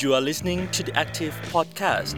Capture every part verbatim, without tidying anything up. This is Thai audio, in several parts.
You are listening to the Active Podcast.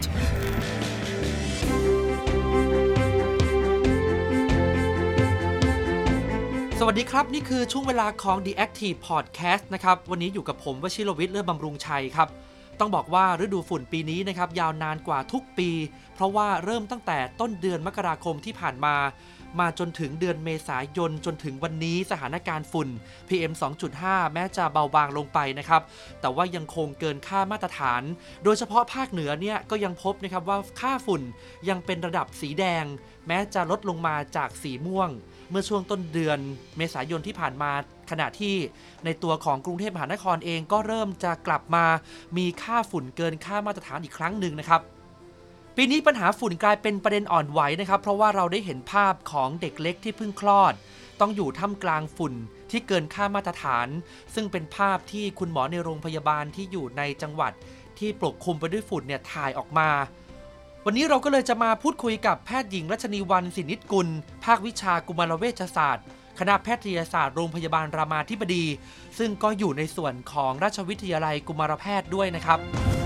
สวัสดีครับนี่คือช่วงเวลาของ The Active Podcast นะครับวันนี้อยู่กับผมวชิรวิทย์ เลิศบำรุงชัยครับต้องบอกว่าฤดูฝุ่นปีนี้นะครับยาวนานกว่าทุกปีเพราะว่าเริ่มตั้งแต่ต้นเดือนมกราคมที่ผ่านมามาจนถึงเดือนเมษายนจนถึงวันนี้สถานการณ์ฝุ่น พี เอ็ม สองจุดห้า แม้จะเบาบางลงไปนะครับแต่ว่ายังคงเกินค่ามาตรฐานโดยเฉพาะภาคเหนือเนี่ยก็ยังพบนะครับว่าค่าฝุ่นยังเป็นระดับสีแดงแม้จะลดลงมาจากสีม่วงเมื่อช่วงต้นเดือนเมษายนที่ผ่านมาขณะที่ในตัวของกรุงเทพมหานครเองก็เริ่มจะกลับมามีค่าฝุ่นเกินค่ามาตรฐานอีกครั้งหนึ่งนะครับปีนี้ปัญหาฝุ่นกลายเป็นประเด็นอ่อนไหวนะครับเพราะว่าเราได้เห็นภาพของเด็กเล็กที่เพิ่งคลอดต้องอยู่ท่ามกลางฝุ่นที่เกินค่ามาตรฐานซึ่งเป็นภาพที่คุณหมอในโรงพยาบาลที่อยู่ในจังหวัดที่ปกคลุมไปด้วยฝุ่นเนี่ยถ่ายออกมาวันนี้เราก็เลยจะมาพูดคุยกับแพทย์หญิงรัชนีวรรณ สินิจกุลภาควิชากุมารเวชศาสตร์คณะแพทยศาสตร์โรงพยาบาลรามาธิบดีซึ่งก็อยู่ในส่วนของราชวิทยาลัยกุมารแพทย์ด้วยนะครับ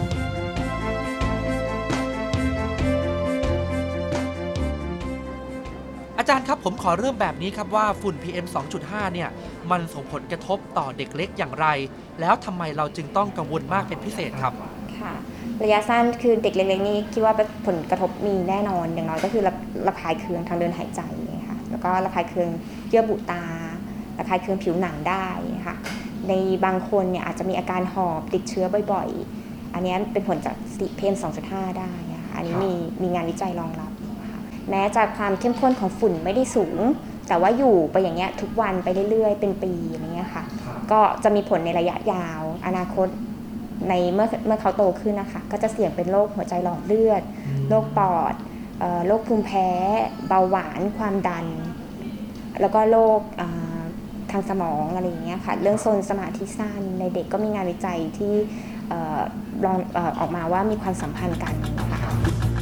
อาจารย์ครับผมขอเริ่มแบบนี้ครับว่าฝุ่น พี เอ็ม สองจุดห้า เนี่ยมันส่งผลกระทบต่อเด็กเล็กอย่างไรแล้วทำไมเราจึงต้องกังวลมากเป็นพิเศษครับค่ะระยะสั้นคือเด็กเล็กๆนี่คิดว่าผลกระทบมีแน่นอนอย่างน้อยก็คือระคายเคืองทางเดินหายใจค่ะแล้วก็ระคายเคืองเยื่อบุตาระคายเคืองผิวหนังได้ค่ะในบางคนเนี่ยอาจจะมีอาการหอบติดเชื้อบ่อยๆอันนี้เป็นผลจาก พี เอ็ม สองจุดห้า ได้ค่ะอันนี้มีมีงานวิจัยรองรับแม้จะความเข้มข้นของฝุ่นไม่ได้สูงแต่ว่าอยู่ไปอย่างเงี้ยทุกวันไปเรื่อยๆเป็นปีอย่างเงี้ยค่ะก็จะมีผลในระยะยาวอนาคตในเมื่อเมื่อเขาโตขึ้นนะคะก็จะเสี่ยงเป็นโรคหัวใจหลอดเลือดโรคปอดโรคภูมิแพ้เบาหวานความดันแล้วก็โรคทางสมองอะไรอย่างเงี้ยค่ะเรื่องโซนสมาธิสั้นในเด็กก็มีงานวิจัยที่ลองออกมาว่ามีความสัมพันธ์กันค่ะ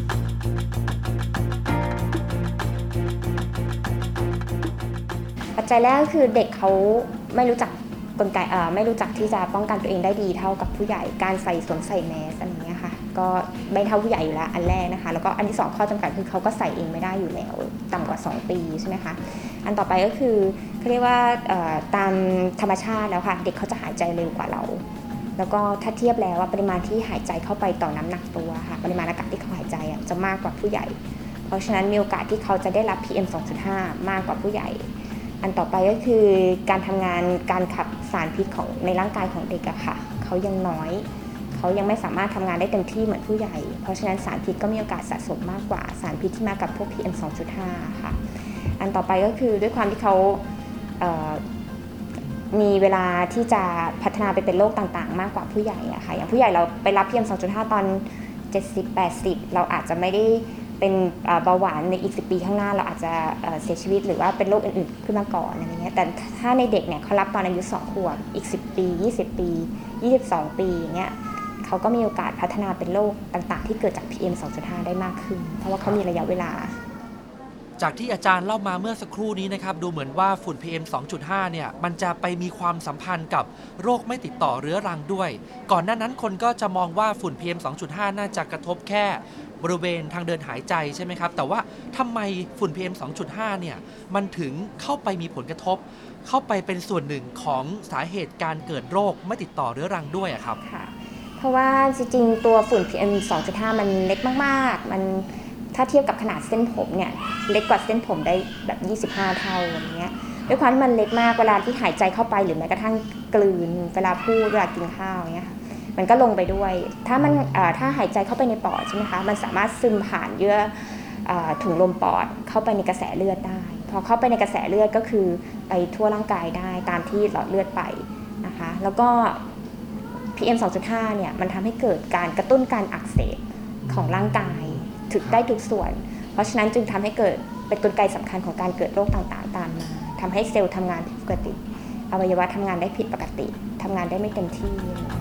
ปัจจัยแรกก็คือเด็กเขาไม่รู้จักกลไกเอ่อไม่รู้จักที่จะป้องกันตัวเองได้ดีเท่ากับผู้ใหญ่การใส่สวมใส่แมสอะไรอย่างเงี้ยค่ะก็ไม่เท่าผู้ใหญ่อยู่แล้วอันแรกนะคะแล้วก็อันที่สองข้อจำกัดคือเขาก็ใส่เองไม่ได้อยู่แล้วต่ำกว่าสองปีใช่ไหมคะอันต่อไปก็คือเขาเรียกว่าตามธรรมชาติแล้วค่ะเด็กเขาจะหายใจเร็วกว่าเราแล้วก็ถ้าเทียบแล้วว่าปริมาณที่หายใจเข้าไปต่อน้ำหนักตัวค่ะปริมาณอากาศที่เขาหายใจจะมากกว่าผู้ใหญ่เพราะฉะนั้นมีโอกาสที่เขาจะได้รับ พี เอ็ม สองจุดห้า มากกว่าผู้ใหญ่อันต่อไปก็คือการทำงานการขับสารพิษของในร่างกายของเด็กอะค่ะเขายังน้อยเขายังไม่สามารถทำงานได้เต็มที่เหมือนผู้ใหญ่เพราะฉะนั้นสารพิษก็มีโอกาสสะสมมากกว่าสารพิษที่มากับพวก พี เอ็ม สองจุดห้า ค่ะอันต่อไปก็คือด้วยความที่เขาเอ่อมีเวลาที่จะพัฒนาไปเป็นโรคต่างๆมากกว่าผู้ใหญ่อะค่ะอย่างผู้ใหญ่เราไปรับ พี เอ็ม สองจุดห้า ตอนเจ็ดสิบ แปดสิบเราอาจจะไม่ได้เป็นเบาหวานในอีกสิบปีข้างหน้าเราอาจจะเสียชีวิตหรือว่าเป็นโรคอื่นๆขึ้นมาก่อนอะไรเงี้ยแต่ถ้าในเด็กเนี่ยเขารับตอนอายุสองขวบอีกสิบปียี่สิบปียี่สิบสองปีอย่างเงี้ยเขาก็มีโอกาสพัฒนาเป็นโรคต่างๆที่เกิดจาก พี เอ็ม สองจุดห้า ได้มากขึ้นเพราะว่าเขามีระยะเวลาจากที่อาจารย์เล่ามาเมื่อสักครู่นี้นะครับดูเหมือนว่าฝุ่น พี เอ็ม สองจุดห้า เนี่ยมันจะไปมีความสัมพันธ์กับโรคไม่ติดต่อเรื้อรังด้วยก่อนหน้านั้นคนก็จะมองว่าฝุ่น พี เอ็ม สองจุดห้า น่าจะกระทบแค่บริเวณทางเดินหายใจใช่ไหมครับแต่ว่าทำไมฝุ่น พี เอ็ม สองจุดห้า เนี่ยมันถึงเข้าไปมีผลกระทบเข้าไปเป็นส่วนหนึ่งของสาเหตุการเกิดโรคไม่ติดต่อเรื้อรังด้วยครับค่ะเพราะว่าจริงๆตัวฝุ่น พี เอ็ม สองจุดห้า มันเล็กมากๆมันถ้าเทียบกับขนาดเส้นผมเนี่ยเล็กกว่าเส้นผมได้แบบยี่สิบห้าเท่าอย่างเงี้ยด้วยความที่มันเล็กมากเวลาที่หายใจเข้าไปหรือแม้กระทั่งกลืนเวลาพูดเวลากินข้าวอย่างเงี้ยค่ะมันก็ลงไปด้วยถ้ามันถ้าหายใจเข้าไปในปอดใช่ไหมคะมันสามารถซึมผ่านเยื่อถุงลมปอดเข้าไปในกระแสเลือดได้พอเข้าไปในกระแสเลือดก็คือไปทั่วร่างกายได้ตามที่หลอดเลือดไปนะคะแล้วก็ พี เอ็ม สองจุดห้า เนี่ยมันทำให้เกิดการกระตุ้นการอักเสบของร่างกายถึงได้ทุกส่วนเพราะฉะนั้นจึงทำให้เกิดเป็นกลไกสำคัญของการเกิดโรคต่างๆตามมาทำให้เซลล์ทำงานผิดปกติอวัยวะทำงานได้ผิดปกติทำงานได้ไม่เต็มที่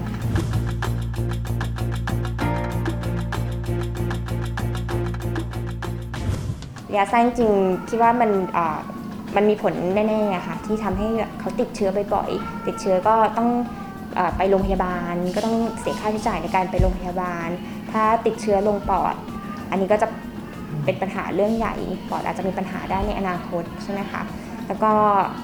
ระยะสั้นจริงคิดว่ามันมันมีผลแน่ๆค่ะที่ทำให้เขาติดเชื้อบ่อยๆติดเชื้อก็ต้องไปโรงพยาบาลก็ต้องเสียค่าใช้จ่ายในการไปโรงพยาบาลถ้าติดเชื้อลงปอดอันนี้ก็จะเป็นปัญหาเรื่องใหญ่ปอดอาจจะมีปัญหาได้ในอนาคตใช่ไหมคะแล้วก็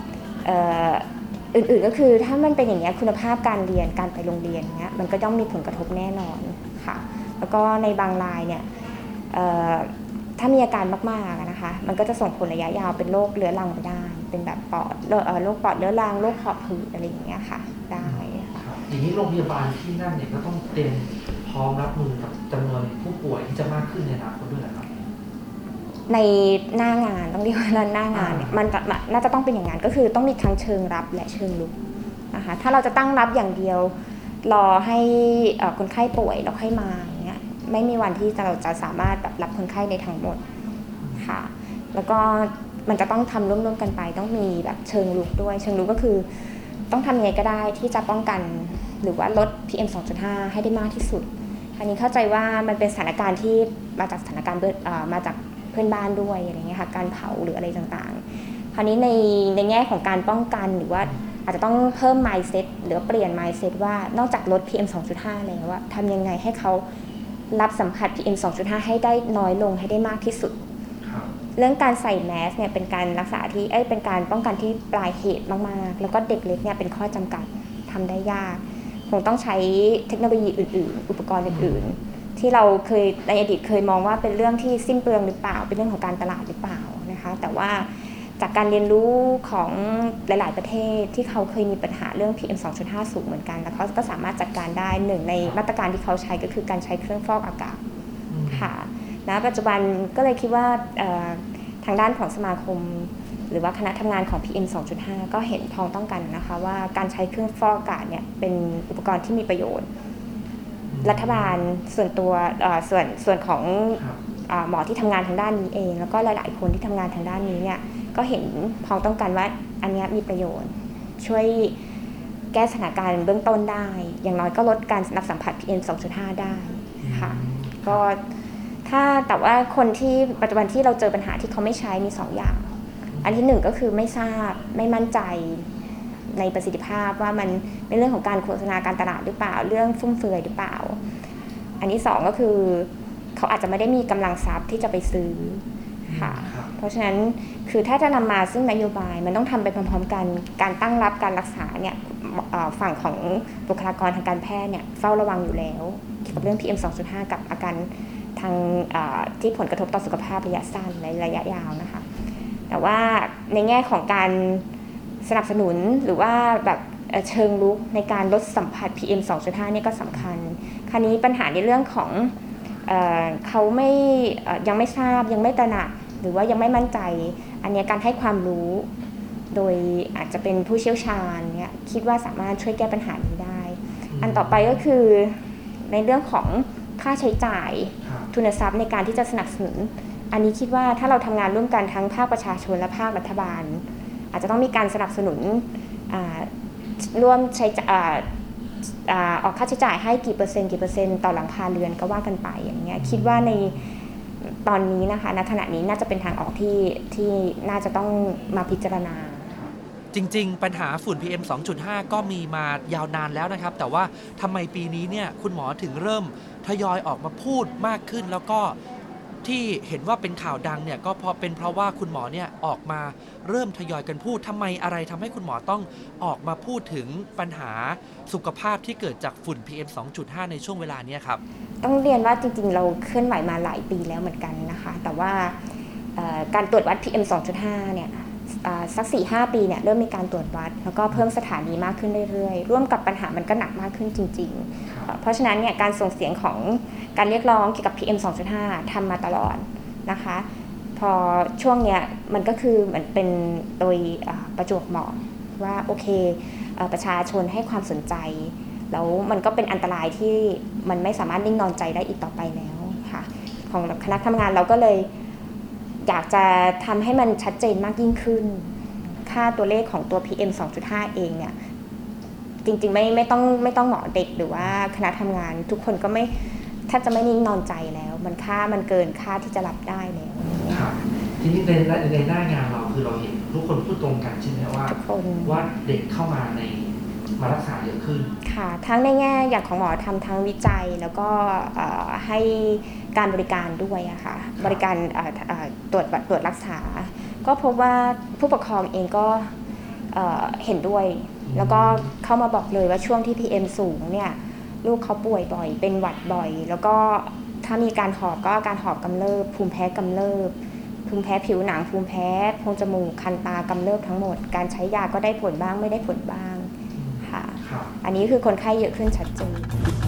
อื่นๆก็คือถ้ามันเป็นอย่างนี้คุณภาพการเรียนการไปโรงเรียนเนี้ยมันก็ต้องมีผลกระทบแน่นอนค่ะแล้วก็ในบางรายเนี่ยถ้ามีอาการมากๆนะคะมันก็จะส่งผลระยะยาวเป็นโรคเรื้อรังไปได้เป็นแบบปอดโรคปอดเรื้อรังโรคหอบหืดอะไรอย่างเงี้ยค่ะได้ค่ะอย่างนี้โรงพยาบาลที่นั่นเนี่ยก็ต้องเตรียมพร้อมรับมือกับจำนวนผู้ป่วยที่จะมากขึ้นในอนาคตด้วยนะครับในหน้างานต้องเรียกว่าหน้างานเนี่ยมันน่าจะต้องเป็นอย่างนั้นก็คือต้องมีทั้งเชิงรับและเชิงรุกนะคะถ้าเราจะตั้งรับอย่างเดียวรอให้คนไข้ป่วยแล้วค่อยมาอย่างเงี้ยไม่มีวันที่เราจะสามารถแบบรับคนไข้ในทั้งหมดค่ะแล้วก็มันจะต้องทำร่วมๆกันไปต้องมีแบบเชิงรุกด้วยเชิงรุกก็คือต้องทำยังไงก็ได้ที่จะป้องกันหรือว่าลด พี เอ็ม สองจุดห้า ให้ได้มากที่สุดอันนี้เข้าใจว่ามันเป็นสถานการณ์ที่มาจากสถานการณ์มาจากเพื่อนบ้านด้วยอะไรเงี้ยค่ะการเผาหรืออะไรต่างๆคราวนี้ในในแง่ของการป้องกันหรือว่าอาจจะต้องเพิ่ม mindset หรือเปลี่ยน mindset ว่านอกจากลด พี เอ็ม สองจุดห้า แล้วว่าทำยังไงให้เขารับสัมผัส พี เอ็ม สองจุดห้า ให้ได้น้อยลงให้ได้มากที่สุดเรื่องการใส่แมสเนี่ยเป็นการรักษาที่เอ้ยเป็นการป้องกันที่ปลายเหตุมากๆแล้วก็เด็กเล็กเนี่ยเป็นข้อจำกัดทำได้ยากคงต้องใช้เทคโนโลยีอื่นๆอุปกรณ์อื่นๆที่เราเคยในอดีตเคยมองว่าเป็นเรื่องที่สิ้นเปลืองหรือเปล่าเป็นเรื่องของการตลาดหรือเปล่านะคะแต่ว่าจากการเรียนรู้ของหลายๆประเทศที่เขาเคยมีปัญหาเรื่อง พี เอ็ม สองจุดห้า สูงเหมือนกันแล้วเขาก็สามารถจัดการได้หนึ่งในมาตรการที่เขาใช้ก็คือการใช้เครื่องฟอกอากาศค่ะณปัจจุบันก็เลยคิดว่าทางด้านของสมาคมหรือว่าคณะทำงานของ พี เอ็ม สองจุดห้า ก็เห็นพ้องต้องกันนะคะว่าการใช้เครื่องฟอกอากาศเนี่ยเป็นอุปกรณ์ที่มีประโยชน์รัฐบาลส่วนตัวส่วนส่วนของหมอที่ทำงานทางด้านนี้เองแล้วก็หลายๆคนที่ทำงานทางด้านนี้เนี่ยก็เห็นพ้องต้องกันว่าอันนี้มีประโยชน์ช่วยแก้สถานการณ์เบื้องต้นได้อย่างน้อยก็ลดการรับสัมผัส พี เอ็ม สองจุดห้า ได้ค่ะก็ถ้าแต่ว่าคนที่ปัจจุบันที่เราเจอปัญหาที่เขาไม่ใช้มีสองอย่างอันที่หนึ่งก็คือไม่ทราบไม่มั่นใจในประสิทธิภาพว่ามันเป็นเรื่องของการโฆษณาการตลาดหรือเปล่าเรื่องฟุ่มเฟือยหรือเปล่าอันที่สองก็คือเขาอาจจะไม่ได้มีกำลังทรัพย์ที่จะไปซื้อค่ะเพราะฉะนั้นคือถ้าจะนำมาซึ่งนโยบายมันต้องทำไปพร้อมๆกันการตั้งรับการรักษาเนี่ยฝั่งของบุคลากรทางการแพทย์เนี่ยเฝ้าระวังอยู่แล้วเกี่ยวกับเรื่อง พี เอ็ม สองจุดห้า กับอาการทางที่ผลกระทบต่อสุขภาพระยะสั้นและระยะยาวนะคะแต่ว่าในแง่ของการสนับสนุนหรือว่าแบบเชิงรุกในการลดสัมผัส พี เอ็ม สองจุดห้า นี่ก็สำคัญคราวนี้ปัญหาในเรื่องของเอ่อเขาไม่ยังไม่ทราบยังไม่ตระหนักหรือว่ายังไม่มั่นใจอันนี้การให้ความรู้โดยอาจจะเป็นผู้เชี่ยวชาญเนี่ยคิดว่าสามารถช่วยแก้ปัญหานี้ได้อันต่อไปก็คือในเรื่องของค่าใช้จ่ายทุนทรัพย์ในการที่จะสนับสนุนอันนี้คิดว่าถ้าเราทำงานร่วมกันทั้งภาคประชาชนและภาครัฐบาลอาจจะต้องมีการสนับสนุนร่วมใช้ออกค่าใช้จ่ายให้กี่เปอร์เซ็นต์กี่เปอร์เซ็นต์ต่อหลังคาเรือนก็ว่ากันไปอย่างเงี้ยคิดว่าในตอนนี้นะคะณขณะนี้น่าจะเป็นทางออกที่ที่น่าจะต้องมาพิจารณาจริงๆปัญหาฝุ่น พี เอ็ม สองจุดห้า ก็มีมายาวนานแล้วนะครับแต่ว่าทำไมปีนี้เนี่ยคุณหมอถึงเริ่มทยอยออกมาพูดมากขึ้นแล้วก็ที่เห็นว่าเป็นข่าวดังเนี่ยก็เพราะเป็นเพราะว่าคุณหมอเนี่ยออกมาเริ่มทยอยกันพูดทำไมอะไรทำให้คุณหมอต้องออกมาพูดถึงปัญหาสุขภาพที่เกิดจากฝุ่น พี เอ็ม สองจุดห้า ในช่วงเวลานี้ครับต้องเรียนว่าจริงๆเราเคลื่อนไหวมาหลายปีแล้วเหมือนกันนะคะแต่ว่าการตรวจวัด พี เอ็ม สองจุดห้า เนี่ยสัก สี่ถึงห้า ปีเนี่ยเริ่มมีการตรวจวัดแล้วก็เพิ่มสถานีมากขึ้นเรื่อยๆร่วมกับปัญหามันก็หนักมากขึ้นจริงๆเพราะฉะนั้นเนี่ยการส่งเสียงของการเรียกร้องเกี่ยวกับ พี เอ็ม สองจุดห้า ทำมาตลอดนะคะพอช่วงเนี้ยมันก็คือเหมือนเป็นโดยประจวบเหมาะว่าโอเคประชาชนให้ความสนใจแล้วมันก็เป็นอันตรายที่มันไม่สามารถนิ่งนอนใจได้อีกต่อไปแล้วค่ะของคณะทำงานเราก็เลยอยากจะทำให้มันชัดเจนมากยิ่งขึ้นค่าตัวเลขของตัว พี เอ็ม สองจุดห้า เองเนี่ยจริงๆไม่ไม่ต้องไม่ต้องหมอเด็กหรือว่าคณะทำงานทุกคนก็ไม่แทบจะไม่นิ่งนอนใจแล้วมันค่ามันเกินค่าที่จะรับได้แล้วครับทีนี้ในในหน้างานเราคือเราเห็นทุกคนพูดตรงกันใช่ไหมว่าว่าเด็กเข้ามาในมารักษาเยอะขึ้นค่ะทั้งในแง่อย่างของหมอทำทั้งวิจัยแล้วก็ให้การบริการด้วยอะค่ะบริการตรวจตรวจรักษาก็พบว่าผู้ปกครองเองก็เห็นด้วยแล้วก็เข้ามาบอกเลยว่าช่วงที่ พี เอ็ม สูงเนี่ยลูกเขาป่วยบ่อยเป็นหวัดบ่อยแล้วก็ถ้ามีการหอบก็การหอบกำเริบภูมิแพ้กำเริบภูมิแพ้ผิวหนังภูมิแพ้โพรงจมูกคันตากำเริบทั้งหมดการใช้ยาก็ได้ผลบ้างไม่ได้ผลบ้างค่ะอันนี้คือคนไข้เยอะขึ้นชัดเจน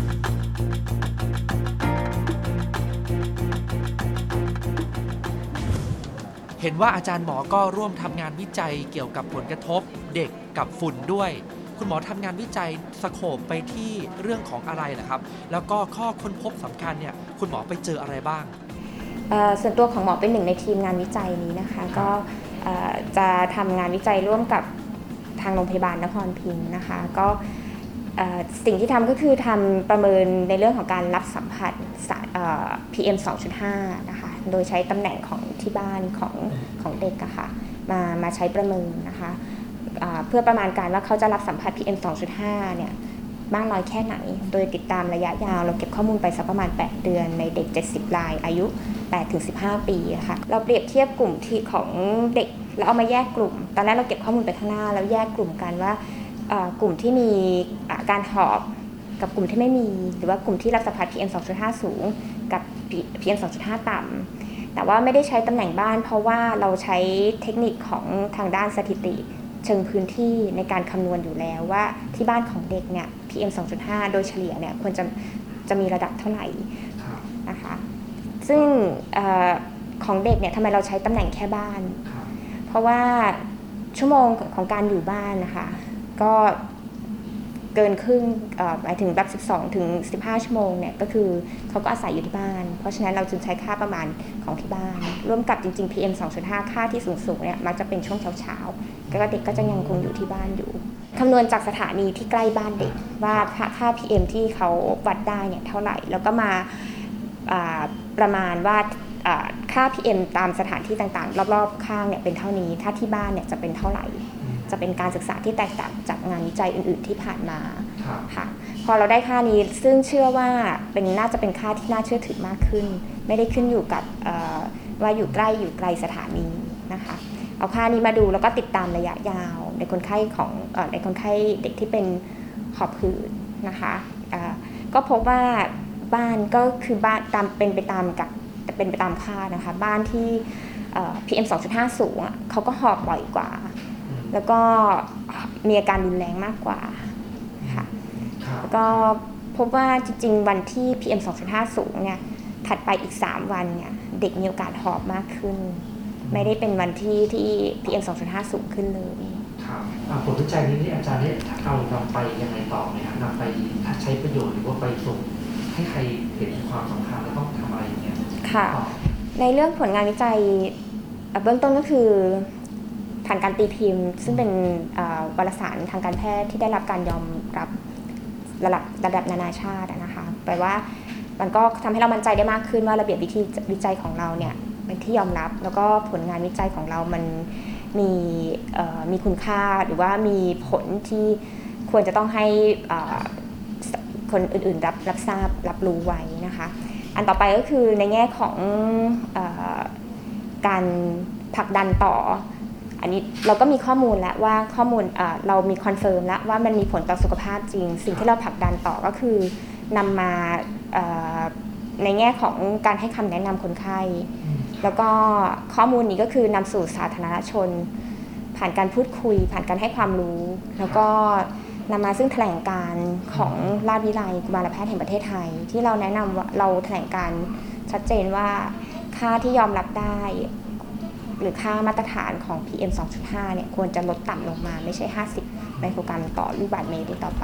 เห็นว่าอาจารย์หมอก็ร่วมทำงานวิจัยเกี่ยวกับผลกระทบเด็กกับฝุ่นด้วยคุณหมอทำงานวิจัยสโคปไปที่เรื่องของอะไรนะครับแล้วก็ข้อค้นพบสำคัญเนี่ยคุณหมอไปเจออะไรบ้างส่วนตัวของหมอเป็นหนึ่งในทีมงานวิจัยนี้นะคะก็จะทำงานวิจัยร่วมกับทางโรงพยาบาลนครพิงค์นะคะก็สิ่งที่ทำก็คือทำประเมินในเรื่องของการรับสัมผัส พี เอ็ม สองจุดห้า นะคะโดยใช้ตำแหน่งของที่บ้านของของเด็กอะค่ะมามาใช้ประเมินนะคะเพื่อประมาณการว่าเขาจะรับสัมผัส พี เอ็ม สองจุดห้า เนี่ยมากน้อยแค่ไหนโดยติดตามระยะยาวเราเก็บข้อมูลไปสักประมาณแปดเดือนในเด็กเจ็ดสิบรายอายุแปดถึงสิบห้าปีค่ะเราเปรียบเทียบกลุ่มที่ของเด็กแล้วเอามาแยกกลุ่มตอนแรกเราเก็บข้อมูลไปข้างหน้าแล้วแยกกลุ่มกันว่ากลุ่มที่มีการหอบกับกลุ่มที่ไม่มีหรือว่ากลุ่มที่รับสัมผัส พี เอ็ม สองจุดห้า สูงกับ พี เอ็ม สองจุดห้า ต่ำแต่ว่าไม่ได้ใช้ตำแหน่งบ้านเพราะว่าเราใช้เทคนิคของทางด้านสถิติเชิงพื้นที่ในการคำนวณอยู่แล้วว่าที่บ้านของเด็กเนี่ย พี เอ็ม สองจุดห้า โดยเฉลี่ยเนี่ยควรจะจะมีระดับเท่าไหร่นะคะซึ่งอของเด็กเนี่ยทำไมเราใช้ตำแหน่งแค่บ้านเพราะว่าชั่วโมงของการอยู่บ้านนะคะก็เกินครึ่งหมายถึงแบบสิบสองถึงสิบห้าชั่วโมงเนี่ยก็คือเขาก็อาศัยอยู่ที่บ้านเพราะฉะนั้นเราจึงใช้ค่าประมาณของที่บ้านร่วมกับจริงๆ พี เอ็ม สองจุดห้า ค่าที่สูงๆเนี่ยมักจะเป็นช่วงเช้าๆก็เด็กก็จะยังคงอยู่ที่บ้านอยู่คำนวณจากสถานีที่ใกล้บ้านเด็กว่าค่า พี เอ็ม ที่เขาวัดได้เนี่ยเท่าไหร่แล้วก็มาประมาณว่าค่า พี เอ็ม ตามสถานที่ต่างๆรอบๆข้างเนี่ยเป็นเท่านี้ถ้าที่บ้านเนี่ยจะเป็นเท่าไหร่จะเป็นการศึกษาที่แตกต่างจากงานวิจัยอื่นๆที่ผ่านมาค่ะพอเราได้ค่านี้ซึ่งเชื่อว่าเป็นน่าจะเป็นค่าที่น่าเชื่อถือมากขึ้นไม่ได้ขึ้นอยู่กับว่าอยู่ใกล้อยู่ไกลสถานีนะคะเอาค่านี้มาดูแล้วก็ติดตามระยะยาวในคนไข้ของในคนไข้เด็กที่เป็นหอบหืดนะคะก็พบว่าบ้านก็คือบ้านตามเป็นไปตามกับเป็นไปตามค่านะคะบ้านที่ พี เอ็ม สองจุดห้า สูงเขาก็หอบบ่อยกว่าแล้วก็มีอาการรุนแรงมากกว่าค่ะแล้วก็พบว่าจริงๆวันที่ พี เอ็ม สองจุดห้า สูงเนี่ยถัดไปอีกสามวันเนี่ยเด็กมีโอกาสหอบมากขึ้นไม่ได้เป็นวันที่ที่ พี เอ็ม สองจุดห้า สูงขึ้นเลยครับผลวิจัยนี้ที่อาจารย์ได้เอานำไปยังไงต่อไหมครับนำไปใช้ประโยชน์หรือว่าไปส่งให้ใครเห็นความสำคัญและต้องทำอะไรอย่างเงี้ยค่ะในเรื่องผลงานวิจัยเบื้องต้นก็คือผ่านการตีพิมพ์ซึ่งเป็นวารสารทางการแพทย์ที่ได้รับการยอมรับระดับระดับนานาชาตินะคะแปลว่ามันก็ทำให้เรามั่นใจได้มากขึ้นว่าระเบียบวิธีวิจัยของเราเนี่ยเป็นที่ยอมรับแล้วก็ผลงานวิจัยของเรามันมีมีคุณค่าหรือว่ามีผลที่ควรจะต้องให้คนอื่นๆรับรับทราบรับรู้ไว้นะคะอันต่อไปก็คือในแง่ของเอ่อการผลักดันต่ออันนี้เราก็มีข้อมูลแล้วว่าข้อมูลเอ่อเรามีคอนเฟิร์มแล้วว่ามันมีผลต่อสุขภาพจริงสิ่งที่เราผลักดันต่อก็คือนำมาเอ่อในแง่ของการให้คำแนะนำคนไข้แล้วก็ข้อมูลนี้ก็คือนำสู่สาธารณชนผ่านการพูดคุยผ่านการให้ความรู้แล้วก็นำมาซึ่งแถลงการของราชวิทยาลัยกุมารแพทย์แห่งประเทศไทยที่เราแนะนำว่าเราแถลงการชัดเจนว่าค่าที่ยอมรับได้หรือค่ามาตรฐานของ พี เอ็ม สองจุดห้า เนี่ยควรจะลดต่ำลงมาไม่ใช่ห้าสิบไมโครกรัมต่อลูกบาศก์เมตรต่อไป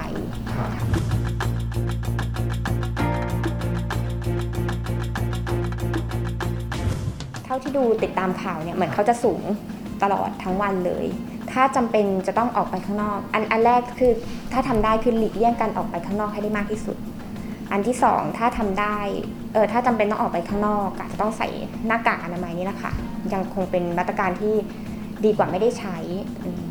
เท่าที่ดูติดตามข่าวเนี่ยเหมือนเขาจะสูงตลอดทั้งวันเลยถ้าจำเป็นจะต้องออกไปข้างนอกอันอันแรกคือถ้าทำได้คือหลีกเลี่ยงการออกไปข้างนอกให้ได้มากที่สุดอันที่สองถ้าทำได้เออถ้าจำเป็นต้องออกไปข้างนอกอาจจะต้องใส่หน้ากากอนามัยนี่แหละค่ะยังคงเป็นมาตรการที่ดีกว่าไม่ได้ใช้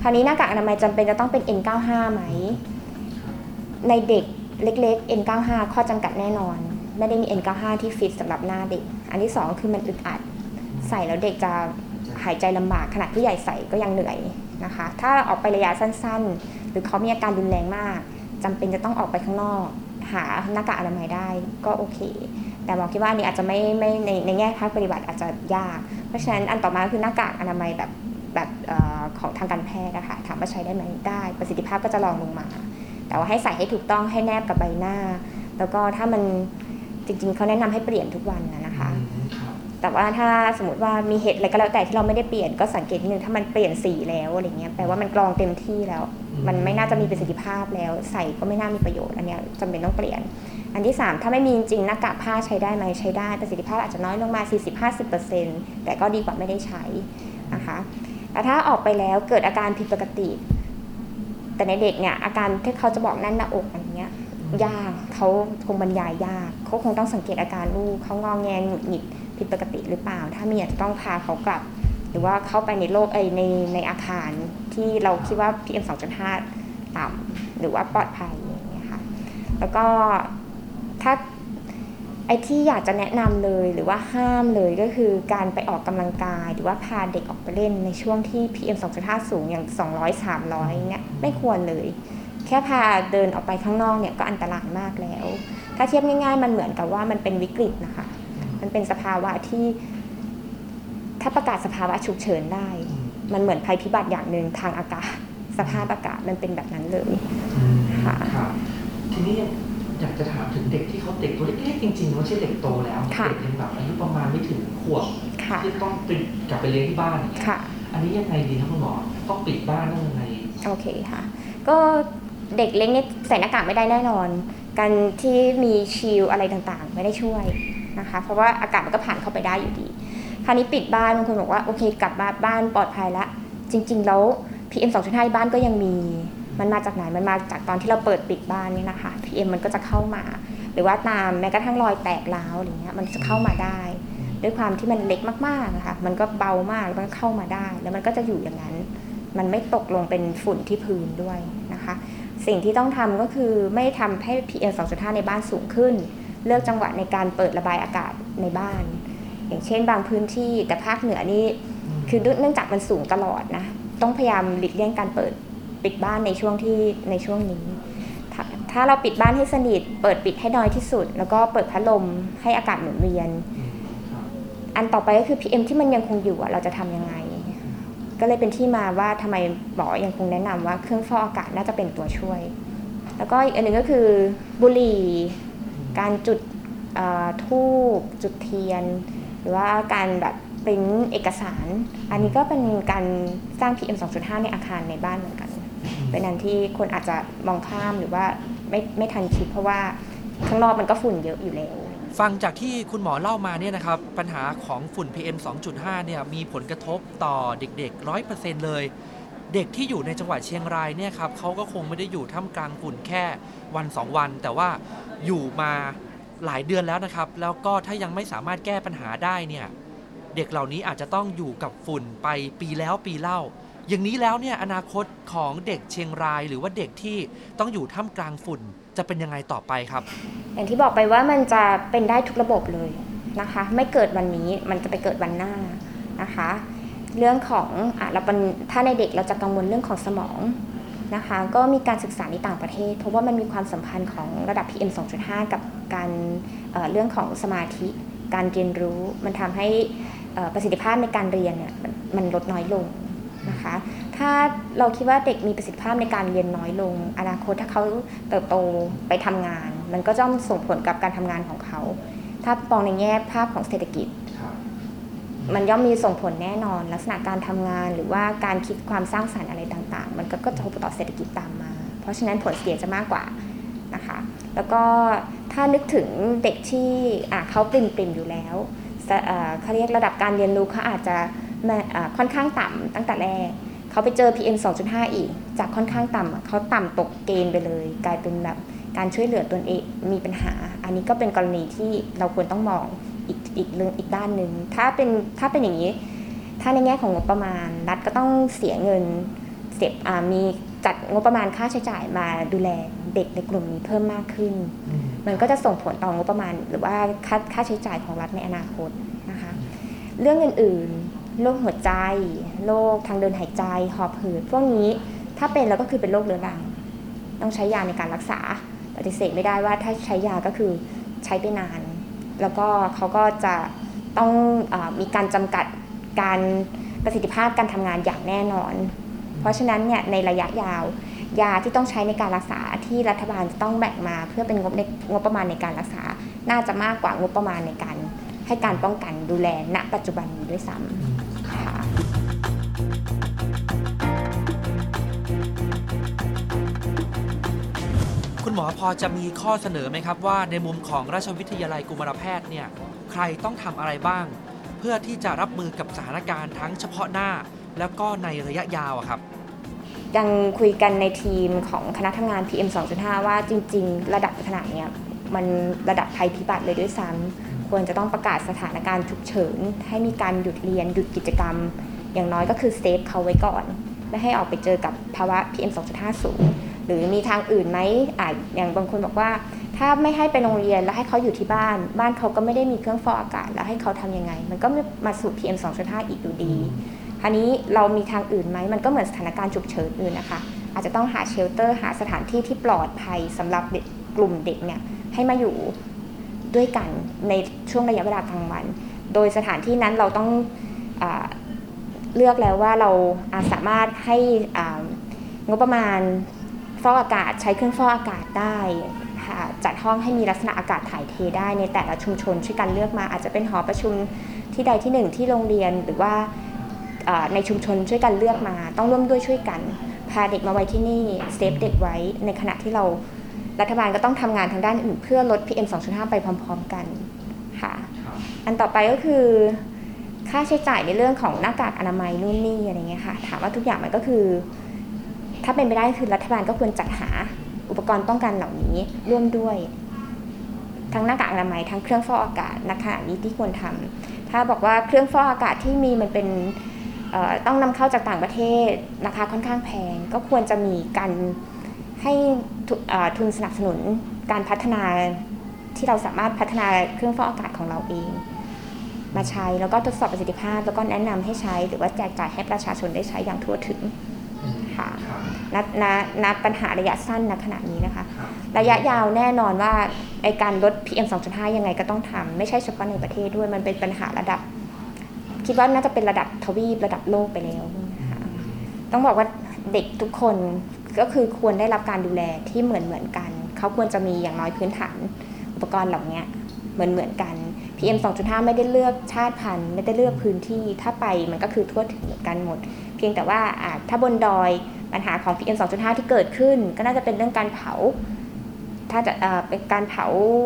คราวนี้หน้ากากอนามัยจำเป็นจะต้องเป็น เอ็น เก้าสิบห้า ไหมในเด็กเล็กๆ เอ็น เก้าสิบห้า ข้อจำกัดแน่นอนไม่ได้มี เอ็น เก้าสิบห้า ที่ฟิตสำหรับหน้าเด็กอันที่สองคือมันอึดอัดใส่แล้วเด็กจะหายใจลำบากขนาดผู้ใหญ่ใส่ก็ยังเหนื่อยนะคะถ้าออกไประยะสั้นๆหรือเขามีอาการรุนแรงมากจำเป็นจะต้องออกไปข้างนอกหาหน้ากากอนามัยได้ก็โอเคแต่หมอคิดว่าอันนี้อาจจะไม่ไม่ในในแง่ภาคปฏิบัติอาจจะยากเพราะฉะนั้นอันต่อมาคือหน้ากากอนามัยแบบแบบเอ่อของทางการแพทย์นะคะถามว่าใช้ได้ไหมได้ประสิทธิภาพก็จะรองลงมาแต่ว่าให้ใส่ให้ถูกต้องให้แนบกับใบหน้าแล้วก็ถ้ามันจริงๆเขาแนะนำให้เปลี่ยนทุกวันนะคะแต่ว่าถ้าสมมติว่ามีเหตุอะไรก็แล้วแต่ที่เราไม่ได้เปลี่ยนก็สังเกตนิดนึงถ้ามันเปลี่ยนสีแล้วอะไรเงี้ยแปลว่ามันกรองเต็มที่แล้วมันไม่น่าจะมีประสิทธิภาพแล้วใส่ก็ไม่น่ามีประโยชน์อันนี้จำเป็นต้องเปลี่ยนอันที่สามถ้าไม่มีจริงหน้ากากผ้าใช้ได้ไหมใช้ได้ประสิทธิภาพอาจจะน้อยลงมา สี่สิบถึงห้าสิบเปอร์เซ็นต์ แต่ก็ดีกว่าไม่ได้ใช้นะคะแต่ถ้าออกไปแล้วเกิดอาการผิดปกติแต่ในเด็กเนี่ยอาการที่เขาจะบอกแน่นหน้าอกอะไรเงี้ยยากเขาคงบรรยายยากเขาคงต้องสังเกตอาการลูกเขางอแงหงุดหงิดผิดปกติหรือเปล่าถ้ามีอาจจะต้องพาเขากลับหรือว่าเข้าไปในโลกไอในในอาคารที่เราคิดว่า พี เอ็ม สองจุดห้า ต่ำหรือว่าปลอดภัยอย่างเงี้ยค่ะแล้วก็ถ้าไอ้ที่อยากจะแนะนำเลยหรือว่าห้ามเลยก็คือการไปออกกำลังกายหรือว่าพาเด็กออกไปเล่นในช่วงที่ พี เอ็ม สองจุดห้า สูงอย่างสองร้อย สามร้อยเนี่ยไม่ควรเลยแค่พาเดินออกไปข้างนอกเนี่ยก็อันตรายมากแล้วถ้าเทียบง่ายๆมันเหมือนกับว่ามันเป็นวิกฤตนะคะมันเป็นสภาวะที่ถ้าประกาศสภาวะฉุกเฉินได้มันเหมือนภัยพิบัติอย่างหนึ่งทางอากาศสภาพอากาศมันเป็นแบบนั้นเลยค่ะทีนี้อยากจะถามถึงเด็กที่เขาเด็กตัวเล็กๆจริงๆไม่ใช่เด็กโตแล้วเด็กยังแบบอายุประมาณไม่ถึงขวบที่ต้องเป็นกลับไปเลี้ยงที่บ้านอันนี้ยังไงดีครับคุณหมอต้องปิดบ้านต้องยังไงโอเคค่ะก็เด็กเล็กเนี่ยใส่หน้ากากไม่ได้แน่นอนการที่มีชิลอะไรต่างๆไม่ได้ช่วยนะคะเพราะว่าอากาศมันก็ผ่านเข้าไปได้อยู่ดีคราวนี้ปิดบ้านบางคนบอกว่าโอเคกลับบ้านบ้านปลอดภัยแล้วจริงๆแล้ว พี เอ็ม สองจุดห้า บ้านก็ยังมีมันมาจากไหนมันมาจากตอนที่เราเปิดปิดบ้านนี่นะคะ พี เอ็ม มันก็จะเข้ามาหรือว่าตามแม้กระทั่งรอยแตกร้าวอะไรเงี้ยมันจะเข้ามาได้ด้วยความที่มันเล็กมากๆนะคะมันก็เบามากแล้วมันเข้ามาได้แล้วมันก็จะอยู่อย่างนั้นมันไม่ตกลงเป็นฝุ่นที่พื้นด้วยนะคะสิ่งที่ต้องทำก็คือไม่ทำให้ พี เอ็ม สองจุดห้า ในบ้านสูงขึ้นเลือกจังหวะในการเปิดระบายอากาศในบ้านอย่างเช่นบางพื้นที่แต่ภาคเหนือนี่คือเนื่องจากมันสูงตลอดนะต้องพยายามหลีกเลี่ยงการเปิดปิดบ้านในช่วงที่ในช่วงนี้ถาถ้าเราปิดบ้านให้สนิทเปิดปิดให้น้อยที่สุดแล้วก็เปิดพัดลมให้อากาศหมุนเวียนอันต่อไปก็คือ พี เอ็ม ที่มันยังคงอยู่เราจะทำยังไงก็เลยเป็นที่มาว่าทำไมหมอยังคงแนะนำว่าเครื่องฟอกอากาศน่าจะเป็นตัวช่วยแล้วก็อีกอันหนึ่งก็คือบุหรี่การจุดธูปจุดเทียนหรือว่าการแบบปริ้นเอกสารอันนี้ก็เป็นการสร้าง พี เอ็ม สองจุดห้า ในอาคารในบ้านเหมือนกันเป็นอันที่คนอาจจะมองข้ามหรือว่าไม่ไม่ทันคิดเพราะว่าข้างนอกมันก็ฝุ่นเยอะอยู่แล้วฟังจากที่คุณหมอเล่ามาเนี่ยนะครับปัญหาของฝุ่น พี เอ็ม สองจุดห้า เนี่ยมีผลกระทบต่อเด็กๆ ร้อยเปอร์เซ็นต์ เลยเด็กที่อยู่ในจังหวัดเชียงรายเนี่ยครับเขาก็คงไม่ได้อยู่ท่ามกลางฝุ่นแค่วันสองวันแต่ว่าอยู่มาหลายเดือนแล้วนะครับแล้วก็ถ้ายังไม่สามารถแก้ปัญหาได้เนี่ยเด็กเหล่านี้อาจจะต้องอยู่กับฝุ่นไปปีแล้วปีเล่าอย่างนี้แล้วเนี่ยอนาคตของเด็กเชียงรายหรือว่าเด็กที่ต้องอยู่ท่ามกลางฝุ่นจะเป็นยังไงต่อไปครับอย่างที่บอกไปว่ามันจะเป็นได้ทุกระบบเลยนะคะไม่เกิดวันนี้มันจะไปเกิดวันหน้านะคะเรื่องของอ่ะเราเป็นถ้าในเด็กเราจะกังวลเรื่องของสมองนะคะก็มีการศึกษาในต่างประเทศเพราะว่ามันมีความสัมพันธ์ของระดับ พี เอ็ม สองจุดห้า กับการเอ่อเรื่องของสมาธิการเรียนรู้มันทำให้ประสิทธิภาพในการเรียนเนี่ยมันลดน้อยลงนะคะถ้าเราคิดว่าเด็กมีประสิทธิภาพในการเรียนน้อยลงอนาคตถ้าเขาเติบโตไปทำงานมันก็จะส่งผลกับการทำงานของเขาถ้ามองในแง่ภาพของเศรษฐกิจมันย่อมมีส่งผลแน่นอนลักษณะการทำงานหรือว่าการคิดความสร้างสรรค์อะไรต่างๆมันก็กระทบต่อเศรษฐกิจตามมาเพราะฉะนั้นผลเสียจะมากกว่านะคะแล้วก็ถ้านึกถึงเด็กที่อ่ะเขาปริ่มๆอยู่แล้วเขาเรียกระดับการเรียนรู้เขาอาจจะค่อนข้างต่ำตั้งแต่แรกเขาไปเจอ พี เอ็ม สองจุดห้า อีกจากค่อนข้างต่ำเขาต่ำตกเกณฑ์ไปเลยกลายเป็นแบบการช่วยเหลือตนเองมีปัญหาอันนี้ก็เป็นกรณีที่เราควรต้องมองอีกอีกเรื่องอีกด้านหนึ่งถ้าเป็นถ้าเป็นอย่างนี้ถ้าในแง่ของงบประมาณรัฐก็ต้องเสียเงินเสพมีจัดงบประมาณค่าใช้จ่ายมาดูแลเด็กในกลุ่มนี้เพิ่มมากขึ้นมันก็จะส่งผลต่องบประมาณหรือว่าค่าค่าใช้จ่ายของรัฐในอนาคตนะคะเรื่องอื่นๆโรคหัวใจโรคทางเดินหายใจหอบหืดพวกนี้ถ้าเป็นแล้วก็คือเป็นโรคเรื้อรังต้องใช้ยาในการรักษาปฏิเสธไม่ได้ว่าถ้าใช้ยาก็คือใช้ไปนานแล้วก็เขาก็จะต้องเอ่อมีการจำกัดการประสิทธิภาพการทำงานอย่างแน่นอนเพราะฉะนั้นเนี่ยในระยะยาวยาที่ต้องใช้ในการรักษาที่รัฐบาลจะต้องแบ่งมาเพื่อเป็นงบในงบประมาณในการรักษาน่าจะมากกว่างบประมาณในการให้การป้องกันดูแลณปัจจุบันนี้ด้วยซ้ำค่ะคุณหมอพอจะมีข้อเสนอไหมครับว่าในมุมของราชวิทยาลัยกุมารแพทย์เนี่ยใครต้องทำอะไรบ้างเพื่อที่จะรับมือกับสถานการณ์ทั้งเฉพาะหน้าแล้วก็ในระยะยาวอะครับยังคุยกันในทีมของคณะทำงาน พี เอ็ม สองจุดห้า ว่าจริงๆระดับขนาดนี้มันระดับภัยพิบัติเลยด้วยซ้ำควรจะต้องประกาศสถานการณ์ฉุกเฉินให้มีการหยุดเรียนหยุดกิจกรรมอย่างน้อยก็คือเซฟเขาไว้ก่อนไม่ให้ออกไปเจอกับภาวะ พี เอ็ม สองจุดห้า สูงหรือมีทางอื่นไหมอ่ะอย่างบางคนบอกว่าถ้าไม่ให้ไปโรงเรียนแล้วให้เขาอยู่ที่บ้านบ้านเขาก็ไม่ได้มีเครื่องฟอกอากาศแล้วให้เขาทำยังไงมันก็มาสู่ พี เอ็ม สองจุดห้า อีกอยู่ดีคราวนี้เรามีทางอื่นไหมมันก็เหมือนสถานการณ์ฉุกเฉินอื่นนะคะอาจจะต้องหาเชลเตอร์หาสถานที่ที่ปลอดภัยสำหรับเด็กกลุ่มเด็กเนี่ยให้มาอยู่ด้วยกันในช่วงระยะเวลากลางวันโดยสถานที่นั้นเราต้องเอ่อเลือกแล้วว่าเราสามารถให้งบประมาณฟอกอากาศใช้เครื่องฟอกอากาศได้จัดห้องให้มีลักษณะอากาศถ่ายเทได้ในแต่ละชุมชนช่วยกันเลือกมาอาจจะเป็นหอประชุมที่ใดที่หนึ่งที่โรงเรียนหรือว่าในชุมชนช่วยกันเลือกมาต้องร่วมด้วยช่วยกันพาเด็กมาไว้ที่นี่เซฟเด็กไว้ในขณะที่เรารัฐบาลก็ต้องทำงานทางด้านอื่นเพื่อลด พี เอ็ม สองจุดห้า ไปพร้อมๆกันค่ะอันต่อไปก็คือค่าใช้จ่ายในเรื่องของหน้ากากอนามัยนู่นนี่อะไรเงี้ยค่ะถามว่าทุกอย่างมันก็คือถ้าเป็นไปได้คือรัฐบาลก็ควรจัดหาอุปกรณ์ป้องกันเหล่านี้ร่วมด้วยทั้งหน้ากากอนามัยทั้งเครื่องฟอกอากาศณขณะนี้ที่ควรทำถ้าบอกว่าเครื่องฟอกอากาศที่มีมันเป็นต้องนำเข้าจากต่างประเทศราคาค่อนข้างแพงก็ควรจะมีการให้ทุนสนับสนุนการพัฒนาที่เราสามารถพัฒนาเครื่องฟอกอากาศของเราเองมาใช้แล้วก็ทดสอบประสิทธิภาพแล้วก็แนะนำให้ใช้หรือว่าแจกจ่ายให้ประชาชนได้ใช้อย่างทั่วถึงค่ะณณณปัญหาระยะสั้นณขณะนี้นะคะระยะยาวแน่นอนว่าไอการลด พี เอ็ม สองจุดห้า ยังไงก็ต้องทำไม่ใช่เฉพาะในประเทศด้วยมันเป็นปัญหาระดับคิดว่าน่าจะเป็นระดับทวีประดับโลกไปแล้วนะคะต้องบอกว่าเด็กทุกคนก็คือควรได้รับการดูแลที่เหมือนเหมือนกันเขาควรจะมีอย่างน้อยพื้นฐานอุปกรณ์เหล่านี้เหมือนเหมือนกัน พี เอ็ม สองจุดห้า ไม่ได้เลือกชาติพันธุ์ไม่ได้เลือกพื้นที่ถ้าไปมันก็คือทั่วถึงเหมือนกันหมดเพียงแต่ว่าถ้าบนดอยปัญหาของ พี เอ็ม สองจุดห้า ที่เกิดขึ้นก็น่าจะเป็นเรื่องการเผาถ้าจะเป็นการเผา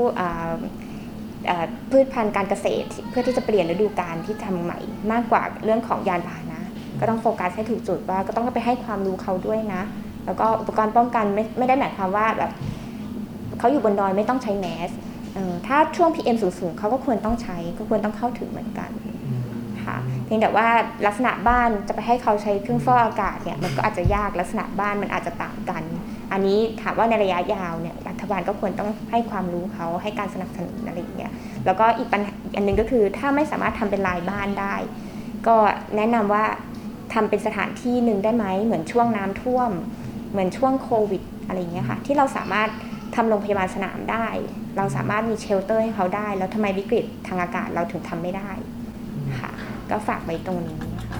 พืชพันธุ์การเกษตรเพื่อที่จะเปลี่ยนฤดูกาลที่ทำใหม่มากกว่าเรื่องของยานพาหนะก็ต้องโฟกัสให้ถูกจุดว่าก็ต้องไปให้ความรู้เขาด้วยนะแล้วก็อุปกรณ์ป้องกันไม่ไม่ได้หมายความว่าแบบเขาอยู่บนดอยไม่ต้องใช้แมสถ้าช่วง พี เอ็ม สูงๆเขาก็ควรต้องใช้ก็ควรต้องเข้าถึงเหมือนกันค่ะเพียงแต่ว่าลักษณะบ้านจะไปให้เขาใช้เครื่องฟอกอากาศเนี่ยมันก็อาจจะยากลักษณะบ้านมันอาจจะต่างกันอันนี้ถามว่าในระยะยาวเนี่ยรัฐบาลก็ควรต้องให้ความรู้เขาให้การสนับสนุนอะไรอย่างเงี้ยแล้วก็อีกปัญหาอันนึงก็คือถ้าไม่สามารถทำเป็นลายบ้านได้ก็แนะนำว่าทำเป็นสถานที่หนึ่งได้ไหมเหมือนช่วงน้ำท่วมเหมือนช่วงโควิดอะไรอย่างเงี้ยค่ะที่เราสามารถทำโรงพยาบาลสนามได้เราสามารถมีเชลเตอร์ให้เขาได้แล้วทำไมวิกฤตทางอากาศเราถึงทำไม่ได้ค่ะก็ฝากไว้ตรงนี้ค่ะ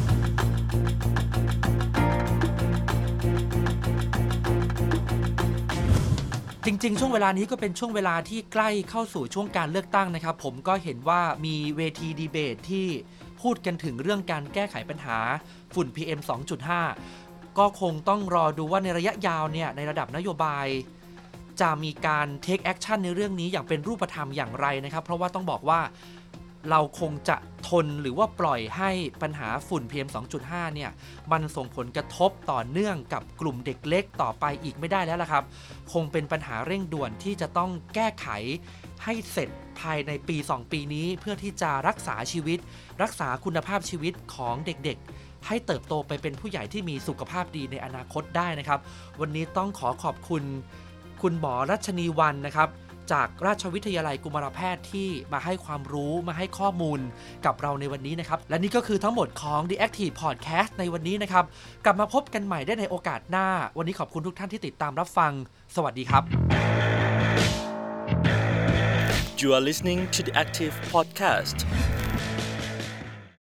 จริงๆช่วงเวลานี้ก็เป็นช่วงเวลาที่ใกล้เข้าสู่ช่วงการเลือกตั้งนะครับผมก็เห็นว่ามีเวทีดีเบตที่พูดกันถึงเรื่องการแก้ไขปัญหาฝุ่น พี เอ็ม สองจุดห้า ก็คงต้องรอดูว่าในระยะยาวเนี่ยในระดับนโยบายจะมีการ take action ในเรื่องนี้อย่างเป็นรูปธรรมอย่างไรนะครับเพราะว่าต้องบอกว่าเราคงจะทนหรือว่าปล่อยให้ปัญหาฝุ่น พี เอ็ม สองจุดห้า เนี่ยมันส่งผลกระทบต่อเนื่องกับกลุ่มเด็กเล็กต่อไปอีกไม่ได้แล้วล่ะครับคงเป็นปัญหาเร่งด่วนที่จะต้องแก้ไขให้เสร็จภายในปีสองปีนี้เพื่อที่จะรักษาชีวิตรักษาคุณภาพชีวิตของเด็กๆให้เติบโตไปเป็นผู้ใหญ่ที่มีสุขภาพดีในอนาคตได้นะครับวันนี้ต้องขอขอบคุณคุณหมอรัชนีวรรณนะครับจากราชวิทยาลัยกุมารแพทย์ที่มาให้ความรู้มาให้ข้อมูลกับเราในวันนี้นะครับและนี่ก็คือทั้งหมดของ The Active Podcast ในวันนี้นะครับกลับมาพบกันใหม่ได้ในโอกาสหน้าวันนี้ขอบคุณทุกท่านที่ติดตามรับฟังสวัสดีครับ You are listening to the Active Podcast